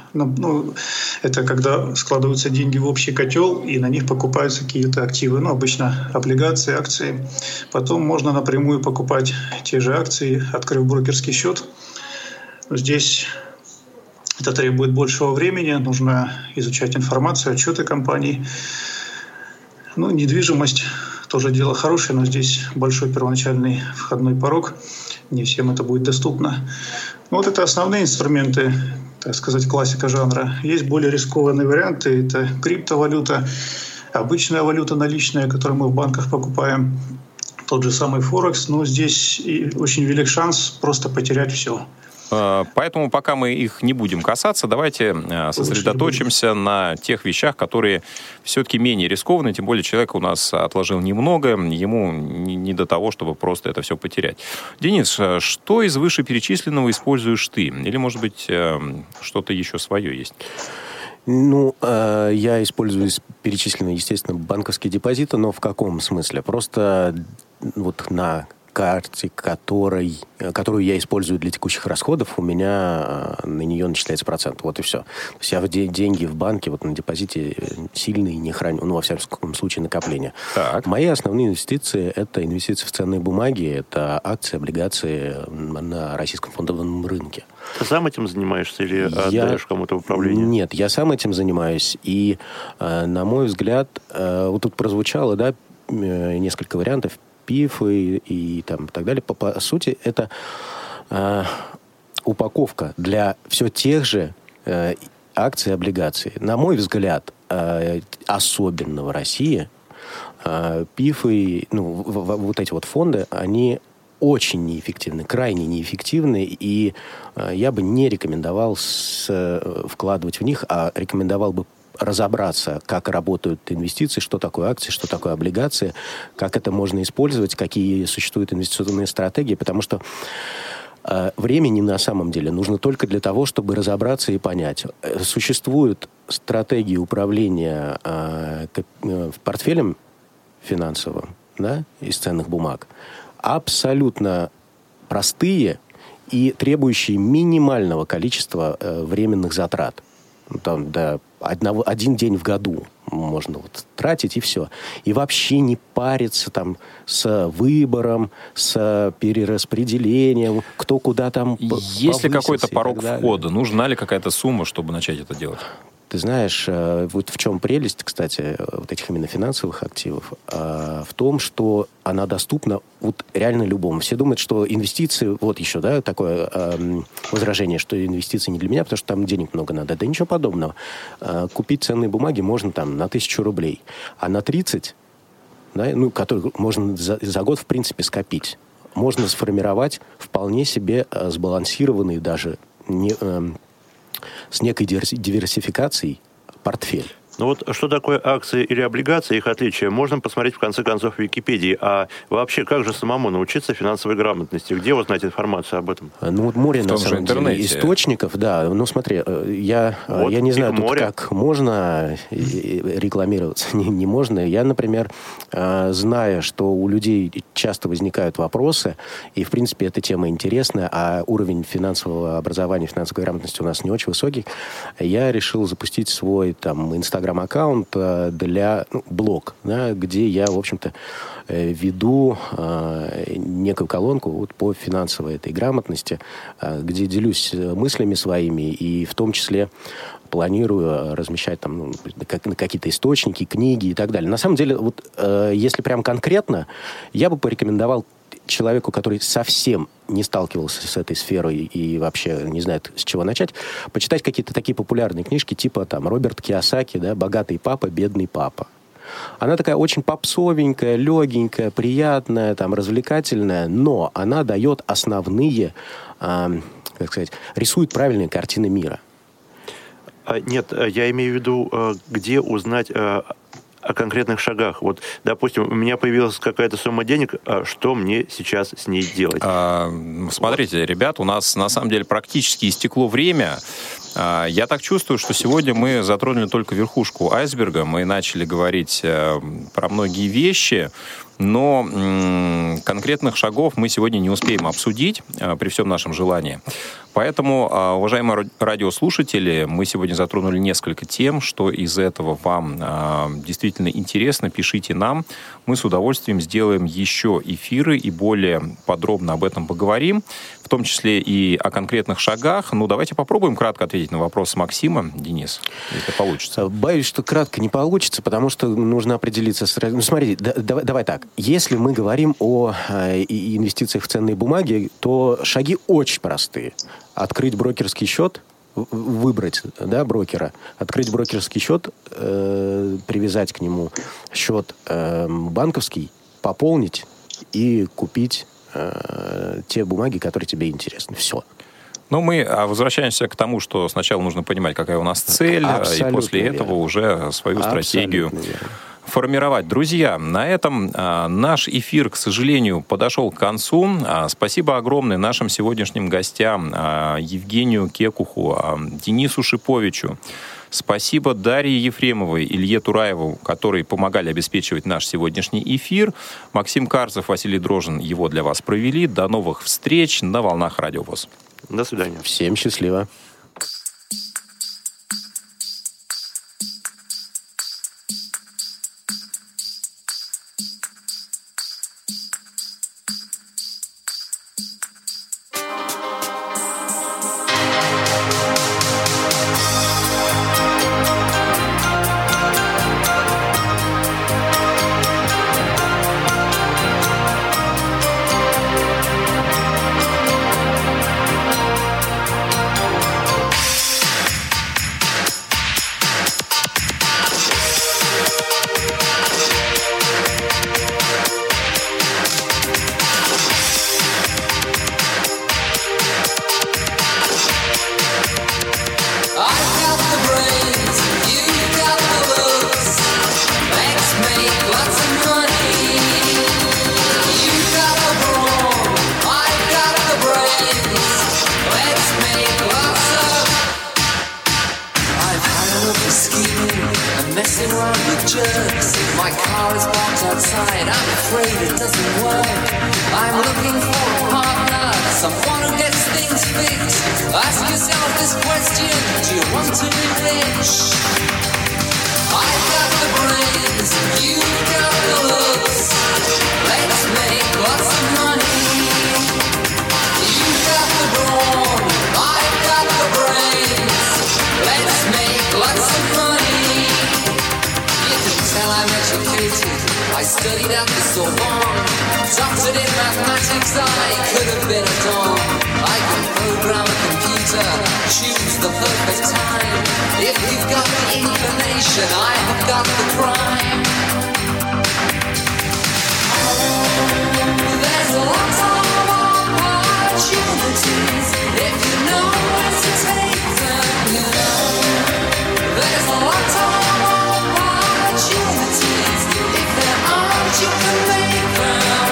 Это когда складываются деньги в общий котел, и на них покупаются какие-то активы, обычно облигации, акции. Потом можно напрямую покупать те же акции, открыв брокерский счет. Здесь это требует большего времени, нужно изучать информацию, отчеты компаний. Недвижимость тоже дело хорошее, но здесь большой первоначальный входной порог. Не всем это будет доступно. Это основные инструменты, так сказать, классика жанра. Есть более рискованные варианты. Это криптовалюта, обычная валюта наличная, которую мы в банках покупаем. Тот же самый Форекс. Но здесь очень велик шанс просто потерять все. Поэтому пока мы их не будем касаться, давайте сосредоточимся на тех вещах, которые все-таки менее рискованны, тем более человек у нас отложил немного, ему не до того, чтобы просто это все потерять. Денис, что из вышеперечисленного используешь ты? Или, может быть, что-то еще свое есть? Я использую из перечисленного, естественно, банковские депозиты, но в каком смысле? Просто на карте, которую я использую для текущих расходов, у меня на нее начисляется процент. Вот и все. То есть я деньги в банке на депозите сильные не храню. Во всяком случае, накопления. Так. Мои основные инвестиции – это инвестиции в ценные бумаги, это акции, облигации на российском фондовом рынке. Ты сам этим занимаешься или отдаешь кому-то в управление? Нет, я сам этим занимаюсь. И, на мой взгляд, тут прозвучало, несколько вариантов, ПИФы и так далее. По сути, это упаковка для все тех же акций и облигаций. На мой взгляд, особенно в России, ПИФы, эти фонды, они очень неэффективны, крайне неэффективны, и я бы не рекомендовал вкладывать в них, а рекомендовал бы разобраться, как работают инвестиции, что такое акции, что такое облигации, как это можно использовать, какие существуют инвестиционные стратегии, потому что времени на самом деле нужно только для того, чтобы разобраться и понять. Существуют стратегии управления портфелем финансовым, из ценных бумаг, абсолютно простые и требующие минимального количества временных затрат. Один день в году можно тратить, и все. И вообще не париться с выбором, с перераспределением, кто куда Есть ли какой-то порог входа? Нужна ли какая-то сумма, чтобы начать это делать? Ты знаешь, вот в чем прелесть, кстати, вот этих именно финансовых активов, в том, что она доступна вот реально любому. Все думают, что инвестиции, вот еще, да, такое возражение, что инвестиции не для меня, потому что там денег много надо. Да ничего подобного. Купить ценные бумаги можно там на 1000 рублей, а на 30, да, ну, которые можно за год, в принципе, скопить, можно сформировать вполне себе сбалансированный даже с некой диверсификацией портфель. Ну вот что такое акции или облигации, их отличия, можно посмотреть в конце концов в Википедии. А вообще, как же самому научиться финансовой грамотности? Где узнать информацию об этом? Ну вот море, на самом деле, источников, да. Ну смотри, я не знаю, тут как можно рекламироваться, не можно. Я, например, зная, что у людей часто возникают вопросы, и, в принципе, эта тема интересная, а уровень финансового образования, финансовой грамотности у нас не очень высокий, я решил запустить свой там инстаграм-аккаунт для блог, да, где я, в общем-то, веду некую колонку вот по финансовой этой грамотности, где делюсь мыслями своими и в том числе планирую размещать там какие-то источники, книги и так далее. На самом деле, вот если прям конкретно, я бы порекомендовал человеку, который совсем не сталкивался с этой сферой и вообще не знает, с чего начать, почитать какие-то такие популярные книжки, типа там Роберт Кийосаки, да, «Богатый папа, бедный папа». Она такая очень попсовенькая, легенькая, приятная, там, развлекательная, но она дает основные, как сказать, рисует правильные картины мира. Нет, я имею в виду, где узнать о конкретных шагах. Вот, допустим, у меня появилась какая-то сумма денег, что мне сейчас с ней делать? Смотрите, ребят, у нас на самом деле практически истекло время. Я так чувствую, что сегодня мы затронули только верхушку айсберга. Мы начали говорить про многие вещи, но конкретных шагов мы сегодня не успеем обсудить при всем нашем желании. Поэтому, уважаемые радиослушатели, мы сегодня затронули несколько тем. Что из этого вам действительно интересно, пишите нам. Мы с удовольствием сделаем еще эфиры и более подробно об этом поговорим, в том числе и о конкретных шагах. Ну, давайте попробуем кратко ответить на вопрос Максима, Денис, если получится. Боюсь, что кратко не получится, потому что нужно определиться с... Ну, смотрите, давай так. Если мы говорим о инвестициях в ценные бумаги, то шаги очень простые. Открыть брокерский счет, выбрать, да, брокера, открыть брокерский счет, привязать к нему счет банковский, пополнить и купить те бумаги, которые тебе интересны. Все. Но мы возвращаемся к тому, что сначала нужно понимать, какая у нас цель, и после этого уже свою стратегию формировать. Друзья, на этом наш эфир, к сожалению, подошел к концу. Спасибо огромное нашим сегодняшним гостям, Евгению Кекуху, Денису Шиповичу. Спасибо Дарье Ефремовой, Илье Тураеву, которые помогали обеспечивать наш сегодняшний эфир. Максим Карцев, Василий Дрожжин его для вас провели. До новых встреч на волнах Радио ВОС. До свидания. Всем счастливо. Let's make lots of studied at the Sorbonne, doctored in mathematics, I could have been a don. I can program a computer, choose the perfect time. If you've got the inclination, I have got the crime. There's a lot of opportunities if you know where to take them, you know. There's a lot of opportunities. If there aren't, you can make them.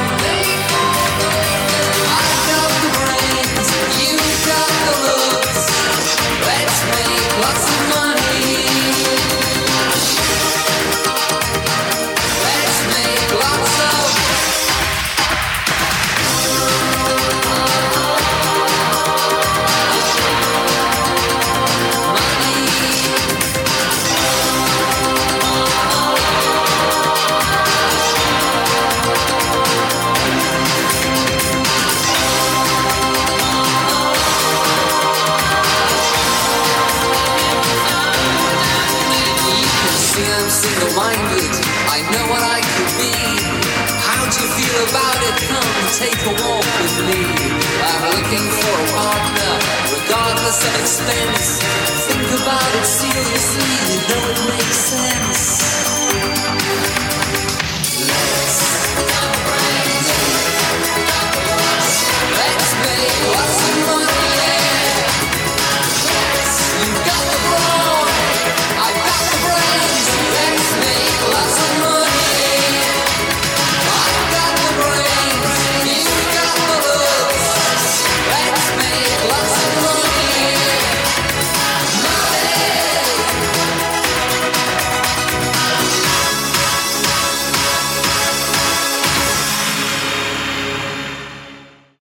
I've got the brains, you've got the looks. Let's make lots of money. Let's make lots of single-minded, I know what I could be. How do you feel about it? Come take a walk with me. I'm looking for a partner, regardless of expense. Think about it seriously, you know it makes sense.